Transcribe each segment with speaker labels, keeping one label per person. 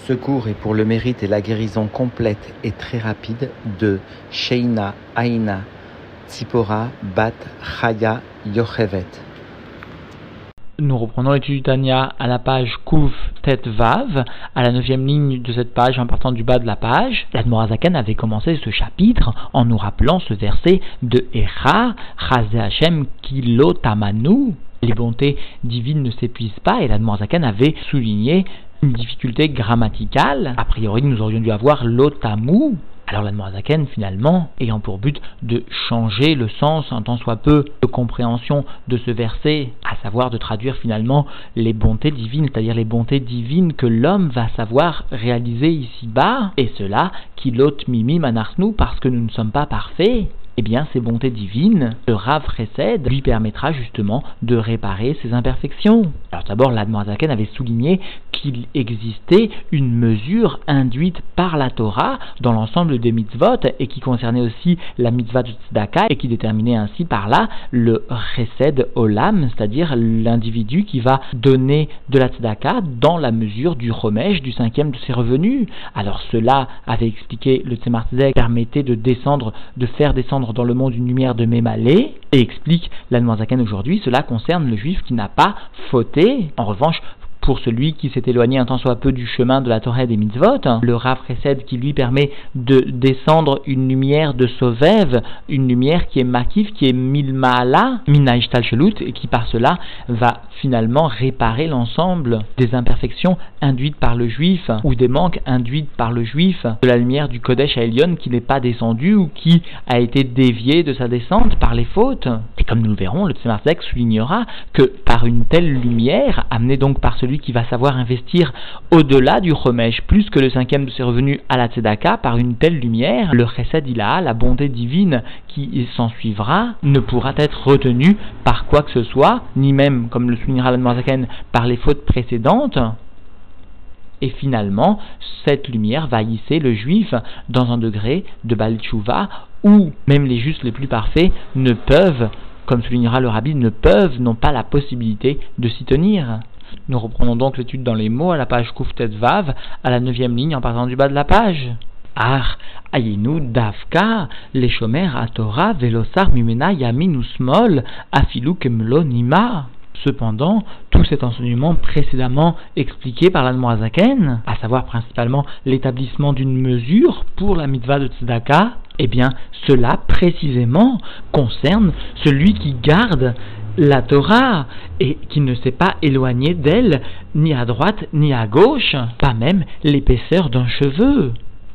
Speaker 1: Ce cours est pour le mérite et la guérison complète et très rapide de Sheina Aina Tzipora Bat Chaya Yochevet.
Speaker 2: Nous reprenons l'étude du Tanya à la page Kouf Tet Vav, à la 9e ligne de cette page en partant du bas de la page. L'Admor HaZaken avait commencé ce chapitre en nous rappelant ce verset de Echa, Chazé Hashem Kilo Tamanu. Les bontés divines ne s'épuisent pas, et l'Admor HaZaken avait souligné une difficulté grammaticale. A priori, nous aurions dû avoir Lotamu. Alors l'Admor HaZaken, finalement, ayant pour but de changer le sens, un tant soit peu, de compréhension de ce verset, à savoir de traduire finalement les bontés divines, c'est-à-dire les bontés divines que l'homme va savoir réaliser ici-bas, et cela, kilot mimi manarsnu, parce que nous ne sommes pas parfaits. Eh bien, ces bontés divines, le Rav Chesed lui permettra justement de réparer ses imperfections. Alors d'abord, l'Admor HaZaken avait souligné qu'il existait une mesure induite par la Torah dans l'ensemble des mitzvot et qui concernait aussi la mitzvah de tzedaka et qui déterminait ainsi par là le Chesed Olam, c'est-à-dire l'individu qui va donner de la tzedaka dans la mesure du Chomesh, du 5e de ses revenus. Alors cela, avait expliqué le Tzemar Tzedek, permettait de faire descendre dans le monde une lumière de Mémalé, et explique l'Admor HaZaken aujourd'hui, cela concerne le juif qui n'a pas fauté. En revanche, pour celui qui s'est éloigné un tant soit peu du chemin de la Torah et des mitzvot, le Rav Chesed qui lui permet de descendre une lumière de Sovev, une lumière qui est makif, qui est milmaala, minaishtal shelut, et qui par cela va finalement réparer l'ensemble des imperfections induites par le juif, ou des manques induits par le juif, de la lumière du Kodesh à Elyon qui n'est pas descendue, ou qui a été déviée de sa descente par les fautes. Et comme nous le verrons, le Tzemar Tzedek soulignera que par une telle lumière, amenée donc par celui qui va savoir investir au-delà du Chomesh, plus que le 5e de ses revenus à la Tzedaka, par une telle lumière, le Chesed Ilaha, la bonté divine qui s'en suivra, ne pourra être retenue par quoi que ce soit, ni même, comme le soulignera l'Admor HaZaken, par les fautes précédentes. Et finalement, cette lumière va hisser le juif dans un degré de Baal Tshuva où même les justes les plus parfaits ne peuvent, comme soulignera le Rabbi, n'ont pas la possibilité de s'y tenir. Nous reprenons donc l'étude dans les mots à la page Kouftet Vav, à la 9e ligne en partant du bas de la page. Ar ayinu davka les shomer à Torah velosar mimena yamin usmol afilu kemlo nima. Cependant, tout cet enseignement précédemment expliqué par l'Admor HaZaken, à savoir principalement l'établissement d'une mesure pour la mitzvah de tzedaka, eh bien, cela précisément concerne celui qui garde la Torah et qui ne s'est pas éloigné d'elle ni à droite ni à gauche, pas même l'épaisseur d'un cheveu.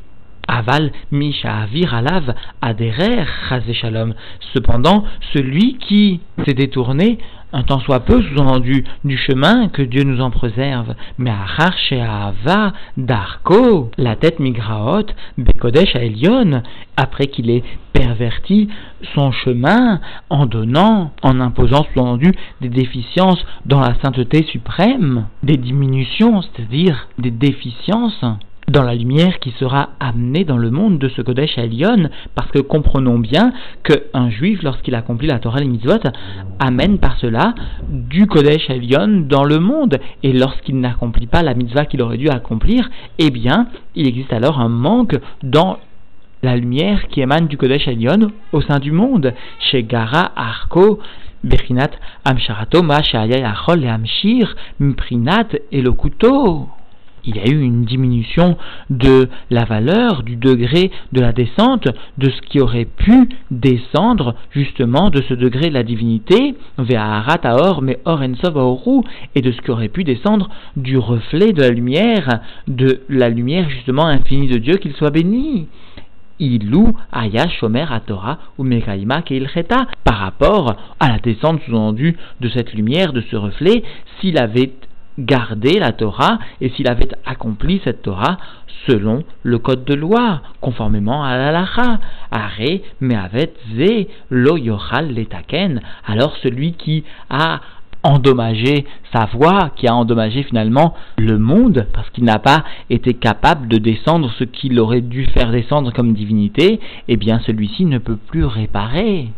Speaker 2: Aval mishaavir alav aderer chazé shalom. Cependant, celui qui s'est détourné un tant soit peu, sous-entendu, du chemin, que Dieu nous en préserve, mais achar she'ahava darko, la tête migraot, bekodesh à Elyon, après qu'il ait perverti son chemin en donnant, en imposant, sous-entendu, des déficiences dans la sainteté suprême, des diminutions, c'est-à-dire des déficiences dans la lumière qui sera amenée dans le monde de ce Kodesh Elyon, parce que comprenons bien qu'un juif, lorsqu'il accomplit la Torah et les mitzvot, amène par cela du Kodesh Elyon dans le monde, et lorsqu'il n'accomplit pas la mitzvah qu'il aurait dû accomplir, eh bien, il existe alors un manque dans la lumière qui émane du Kodesh Elyon au sein du monde. Chez Gara Arko, Bechinat Amsharato, Ma Shaya Yachol et Amshir, Mprinat et le couteau. Il y a eu une diminution de la valeur, du degré de la descente, de ce qui aurait pu descendre justement de ce degré de la divinité, Ve'aharat Aor me Or Ensov Aoru, et de ce qui aurait pu descendre du reflet de la lumière justement infinie de Dieu, qu'il soit béni. Ilou Aya Shomer à Torah ou Mekaima Keilcheta, par rapport à la descente sous-entendue de cette lumière, de ce reflet, s'il avait gardé la Torah et s'il avait accompli cette Torah selon le code de loi, conformément à l'Halacha. Are me'avet ze lo yochal letaken. Alors celui qui a endommagé sa voix, qui a endommagé finalement le monde, parce qu'il n'a pas été capable de descendre ce qu'il aurait dû faire descendre comme divinité, eh bien celui-ci ne peut plus réparer.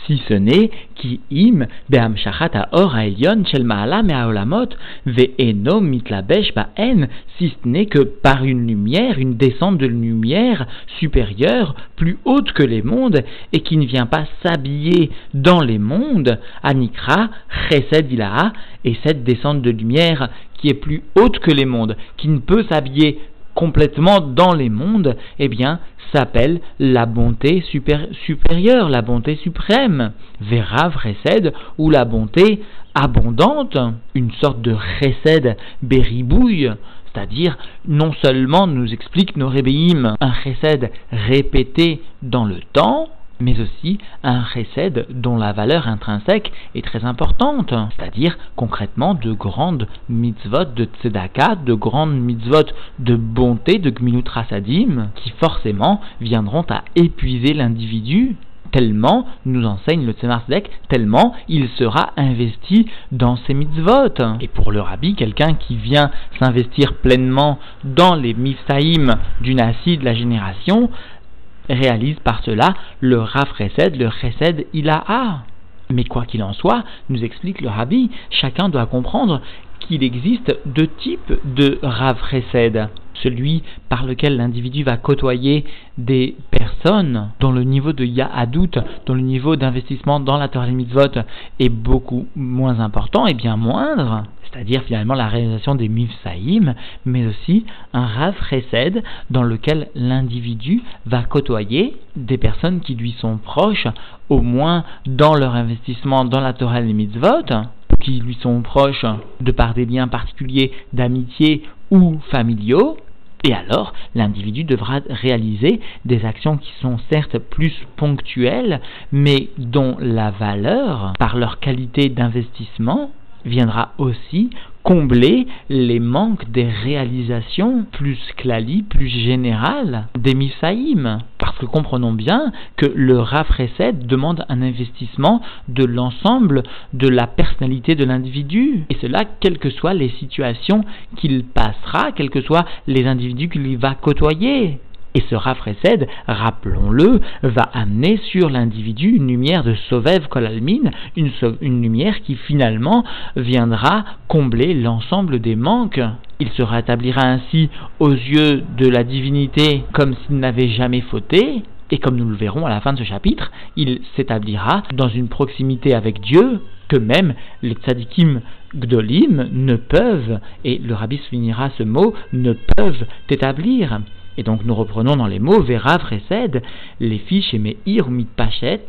Speaker 2: si ce n'est ki im be'amshachat ha'or ha'elyon shel ma'ala me'haolamot ve'eno mitlabesh ba'en, si ce n'est que par une lumière, une descente de lumière supérieure, plus haute que les mondes, et qui ne vient pas s'habiller dans les mondes, anikra chesed ilaha, et cette descente de lumière qui est plus haute que les mondes, qui ne peut s'habiller complètement dans les mondes, eh bien, s'appelle la bonté supérieure, la bonté suprême, Verav Chesed, ou la bonté abondante, une sorte de Chesed beribouille, c'est-à-dire, non seulement nous explique nos Rebbeim un Chesed répété dans le temps, mais aussi un chesed dont la valeur intrinsèque est très importante, c'est-à-dire concrètement de grandes mitzvot de tzedaka, de grandes mitzvot de bonté, de gmilut rasadim, qui forcément viendront à épuiser l'individu, tellement, nous enseigne le Tzemar Tzedek, tellement il sera investi dans ces mitzvot. Et pour le rabbi, quelqu'un qui vient s'investir pleinement dans les mifsaïm du Nasi de la génération, réalise par cela le Rav Chesed, le Chesed Ilaha. Mais quoi qu'il en soit, nous explique le Rabbi, chacun doit comprendre qu'il existe deux types de Rav Chesed. Celui par lequel l'individu va côtoyer des personnes dont le niveau de Ya'adout, dont le niveau d'investissement dans la Torah et Mitzvot est beaucoup moins important et bien moindre, c'est-à-dire finalement la réalisation des Mifsaïm, mais aussi un Rav Chesed dans lequel l'individu va côtoyer des personnes qui lui sont proches, au moins dans leur investissement dans la Torah et les Mitzvot, qui lui sont proches de par des liens particuliers d'amitié ou familiaux. Et alors, l'individu devra réaliser des actions qui sont certes plus ponctuelles, mais dont la valeur, par leur qualité d'investissement, viendra aussi combler les manques des réalisations plus klali, plus générales des Mifsaïm. Parce que comprenons bien que le Rav Chesed demande un investissement de l'ensemble de la personnalité de l'individu. Et cela, quelles que soient les situations qu'il passera, quels que soient les individus qu'il va côtoyer. Et ce Rav Chesed, rappelons-le, va amener sur l'individu une lumière de Sovev Kol Almin, une lumière qui finalement viendra combler l'ensemble des manques. Il se rétablira ainsi aux yeux de la divinité comme s'il n'avait jamais fauté, et comme nous le verrons à la fin de ce chapitre, il s'établira dans une proximité avec Dieu que même les tzadikim gdolim ne peuvent, et le rabbi soulignera ce mot, ne peuvent établir. Et donc nous reprenons dans les mots Verav Chesed, les fiches et Meir mitpachet,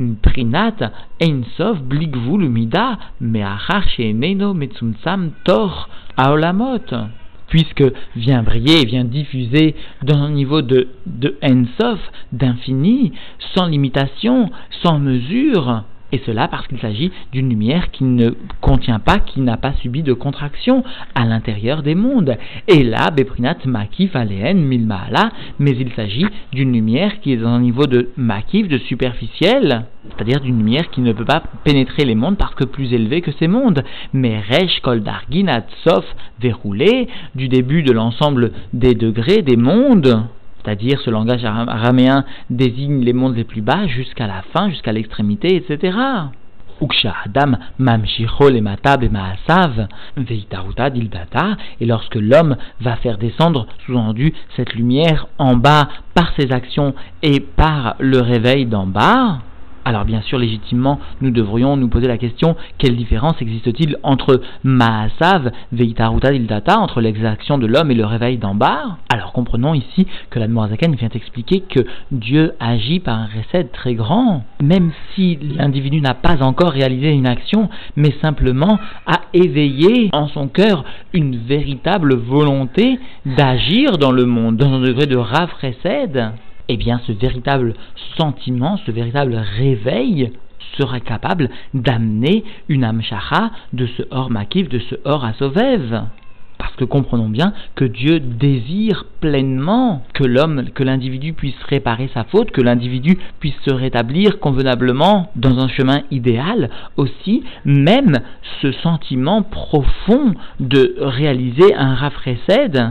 Speaker 2: Prinat, Einsov, Bligvul, Mida, Meachar, She'eneno, Metzumtsam, Tor, Aolamot. Puisque vient briller et vient diffuser dans un niveau de Ensof, d'infini, sans limitation, sans mesure. Et cela parce qu'il s'agit d'une lumière qui ne contient pas, qui n'a pas subi de contraction à l'intérieur des mondes. Et là, Beprinat Makif Aleen Milmaala, mais il s'agit d'une lumière qui est dans un niveau de Makif, de superficiel, c'est-à-dire d'une lumière qui ne peut pas pénétrer les mondes parce que plus élevée que ces mondes. Mais Resh Kol Dargin Atsof Verroulé, du début de l'ensemble des degrés des mondes, c'est-à-dire ce langage araméen désigne les mondes les plus bas jusqu'à la fin, jusqu'à l'extrémité, etc. Uksha Adam Mamshicho Lemata Bemaasav Veitaruta Dildata, et lorsque l'homme va faire descendre, sous-entendu, cette lumière en bas par ses actions et par le réveil d'en bas, alors bien sûr, légitimement, nous devrions nous poser la question, quelle différence existe-t-il entre Maasav, Veitaruta Dildata, entre l'exaction de l'homme et le réveil d'en bas? Alors comprenons ici que la Morazaken vient expliquer que Dieu agit par un recède très grand, même si l'individu n'a pas encore réalisé une action, mais simplement a éveillé en son cœur une véritable volonté d'agir dans le monde, dans un degré de Rav Chesed. Eh bien, ce véritable sentiment, ce véritable réveil sera capable d'amener une amshacha de ce Or Makif, de ce Or Asovev. Parce que comprenons bien que Dieu désire pleinement que l'homme, que l'individu puisse réparer sa faute, que l'individu puisse se rétablir convenablement dans un chemin idéal. Aussi, même ce sentiment profond de réaliser un Rav Chesed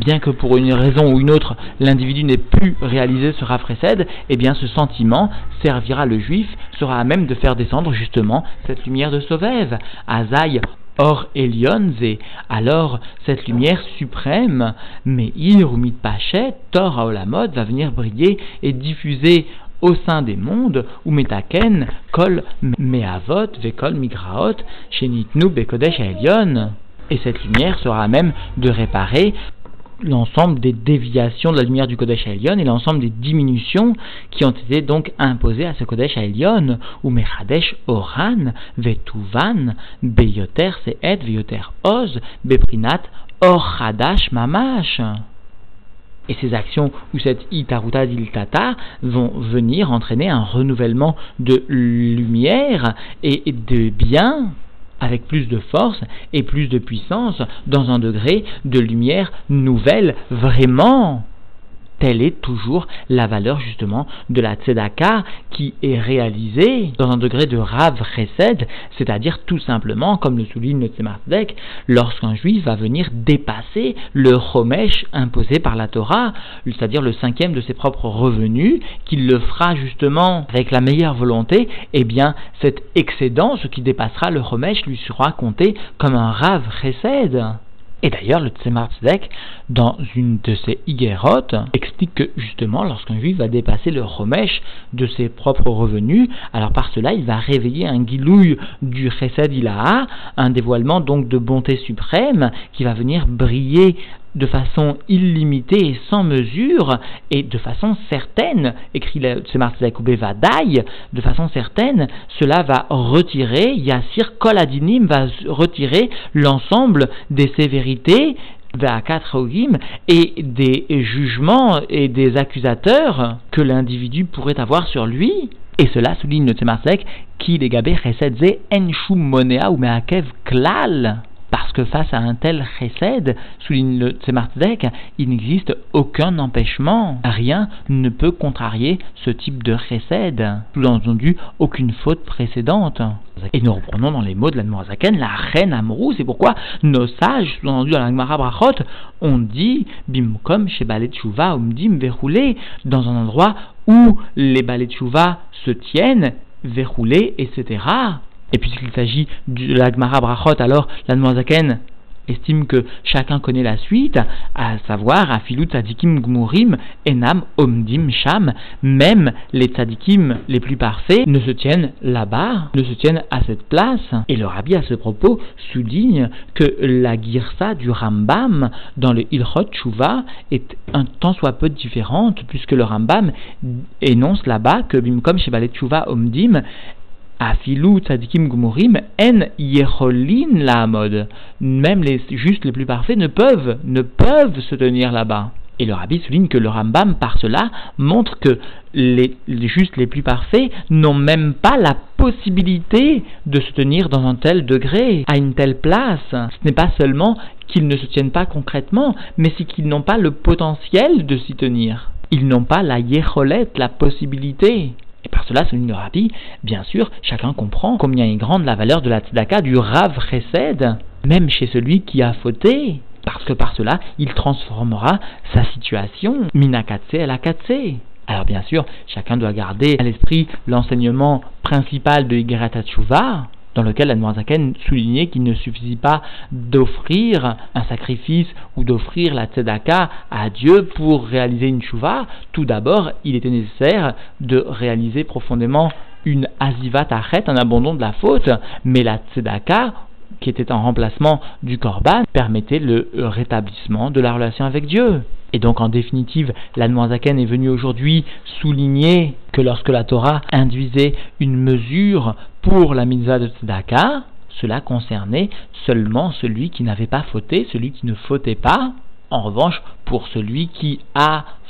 Speaker 2: bien que pour une raison ou une autre, l'individu n'ait pu réaliser ce Rav Chesed, eh bien ce sentiment servira le juif, sera à même de faire descendre justement cette lumière de Sovev. Azaï Or Elionze, alors cette lumière suprême, Meir ou Mitpachet, Tor Haolamot, va venir briller et diffuser au sein des mondes, ou Metaken, Kol Mehavot, Vekol Migraot, Shenitnu Bekodesh Elion. Et cette lumière sera à même de réparer l'ensemble des déviations de la lumière du Kodesh Elion et l'ensemble des diminutions qui ont été donc imposées à ce Kodesh Elion, ou Mechadesh Oran, Vetuvan, Beyoter Seet, Veyoter Oz, Beprinat, Or Chadash Mamash. Et ces actions, ou cette itaruta diltata, vont venir entraîner un renouvellement de lumière et de bien, avec plus de force et plus de puissance, dans un degré de lumière nouvelle, vraiment. Telle est toujours la valeur justement de la tzedaka qui est réalisée dans un degré de Rav Chesed, c'est-à-dire tout simplement, comme le souligne le Tzemar Tzedek, lorsqu'un juif va venir dépasser le chomesh imposé par la Torah, c'est-à-dire le 5e de ses propres revenus, qu'il le fera justement avec la meilleure volonté, eh bien cet excédent, ce qui dépassera le chomesh, lui sera compté comme un Rav Chesed. Et d'ailleurs, le Tzemar Tzedek, dans une de ses Igerot, explique que justement, lorsqu'un juif va dépasser le chomesh de ses propres revenus, alors par cela, il va réveiller un gilouï du Chesed Ilaha, un dévoilement donc de bonté suprême, qui va venir briller de façon illimitée et sans mesure, et de façon certaine, écrit le Tzemar Tzedek ou Bevadai, de façon certaine, cela va retirer, Yassir Kol Adinim va retirer l'ensemble des sévérités, et des jugements et des accusateurs que l'individu pourrait avoir sur lui. Et cela souligne le Tzemar Tzedek, qui les gabé chesed ze en shum monea ou meakev klal. Parce que face à un tel chesed, souligne le Tzemar Tzedek, il n'existe aucun empêchement. Rien ne peut contrarier ce type de chesed. Sous-entendu, aucune faute précédente. Et nous reprenons dans les mots de l'Admor HaZaken, la reine Amrou, c'est pourquoi nos sages, sous-entendu dans la Gemara Brachot, ont dit, bimkom chez Balei Tshuva umdim verroulé, dans un endroit où les Balei Tshuva se tiennent, verroulés, etc. Et puisqu'il s'agit de la Gemara Brachot, alors l'Admor HaZaken estime que chacun connaît la suite, à savoir Afilut Tzadikim Gmurim Enam Omdim Sham, même les Tzadikim les plus parfaits ne se tiennent là-bas, ne se tiennent à cette place. Et le Rabbi à ce propos souligne que la Girsa du Rambam dans le Ilchot Tshuva est un tant soit peu différente, puisque le Rambam énonce là-bas que Bimkom Shebalei Tshuva Omdim Afilu tzadikim gumurim en yecholin la mode. Même les justes les plus parfaits ne peuvent se tenir là-bas. Et le Rabbi souligne que le Rambam, par cela, montre que les justes les plus parfaits n'ont même pas la possibilité de se tenir dans un tel degré, à une telle place. Ce n'est pas seulement qu'ils ne se tiennent pas concrètement, mais c'est qu'ils n'ont pas le potentiel de s'y tenir. Ils n'ont pas la yecholet, la possibilité. Et par cela, souligne le Rabbi, bien sûr, chacun comprend combien est grande la valeur de la tzedaka, du Rav Chesed, même chez celui qui a fauté, parce que par cela, il transformera sa situation, minakatse à la katse. Alors bien sûr, chacun doit garder à l'esprit l'enseignement principal de Igeret HaTshuva, dans lequel l'Admor HaZaken soulignait qu'il ne suffisait pas d'offrir un sacrifice ou d'offrir la tzedaka à Dieu pour réaliser une tshuva. Tout d'abord, il était nécessaire de réaliser profondément une azivat achet, un abandon de la faute, mais la tzedaka, qui était en remplacement du korban, permettait le rétablissement de la relation avec Dieu. Et donc en définitive, l'Admor HaZaken est venu aujourd'hui souligner que lorsque la Torah induisait une mesure pour la mitzvah de tzedaka, cela concernait seulement celui qui n'avait pas fauté, celui qui ne fautait pas. En revanche, pour celui qui a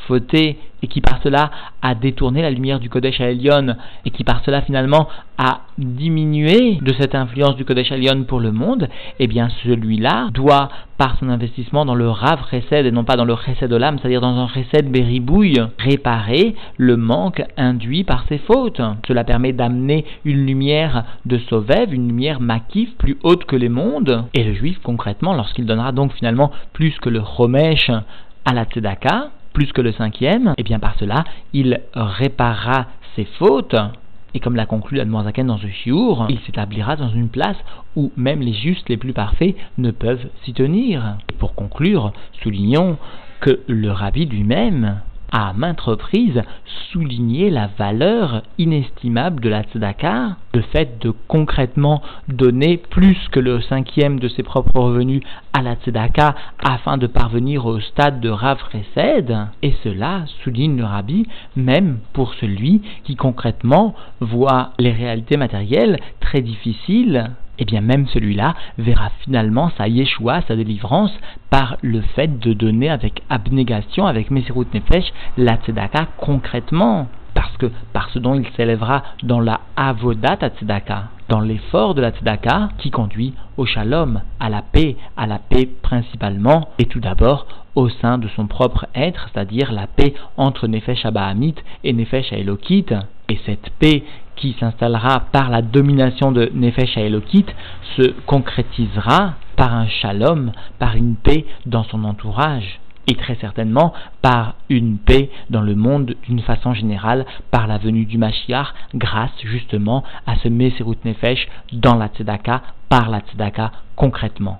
Speaker 2: fauté et qui par cela a détourné la lumière du Kodesh Elyon et qui par cela finalement a diminué de cette influence du Kodesh Elyon pour le monde, eh bien celui-là doit, par son investissement dans le Rav Chesed et non pas dans le Chesed Olam, c'est-à-dire dans un Chesed Beribouille, réparer le manque induit par ses fautes. Cela permet d'amener une lumière de Sovev, une lumière makif plus haute que les mondes. Et le juif concrètement, lorsqu'il donnera donc finalement plus que le Chomesh à la Tzedaka, plus que le 5e, et bien par cela, il réparera ses fautes. Et comme l'a conclu l'Admor Zaken dans ce shiur, il s'établira dans une place où même les justes les plus parfaits ne peuvent s'y tenir. Et pour conclure, soulignons que le Rabbi lui-même a à maintes reprises souligné la valeur inestimable de la tzedaka, le fait de concrètement donner plus que le 5e de ses propres revenus à la tzedaka afin de parvenir au stade de Rav Chesed, et cela, souligne le Rabbi, même pour celui qui concrètement voit les réalités matérielles très difficiles. Et bien même celui-là verra finalement sa Yeshua, sa délivrance, par le fait de donner avec abnégation, avec Mesirut Nefesh, la tzedaka concrètement. Parce que par ce dont il s'élèvera dans la avodat à tzedaka, dans l'effort de la tzedaka qui conduit au shalom, à la paix principalement, et tout d'abord au sein de son propre être, c'est-à-dire la paix entre Nefesh Abahamit et Nefesh Elokit. Et cette paix qui s'installera par la domination de Nefesh Elokit se concrétisera par un shalom, par une paix dans son entourage. Et très certainement par une paix dans le monde d'une façon générale, par la venue du Mashiach, grâce justement à ce Mesirut Nefesh dans la tzedaka, par la tzedaka concrètement.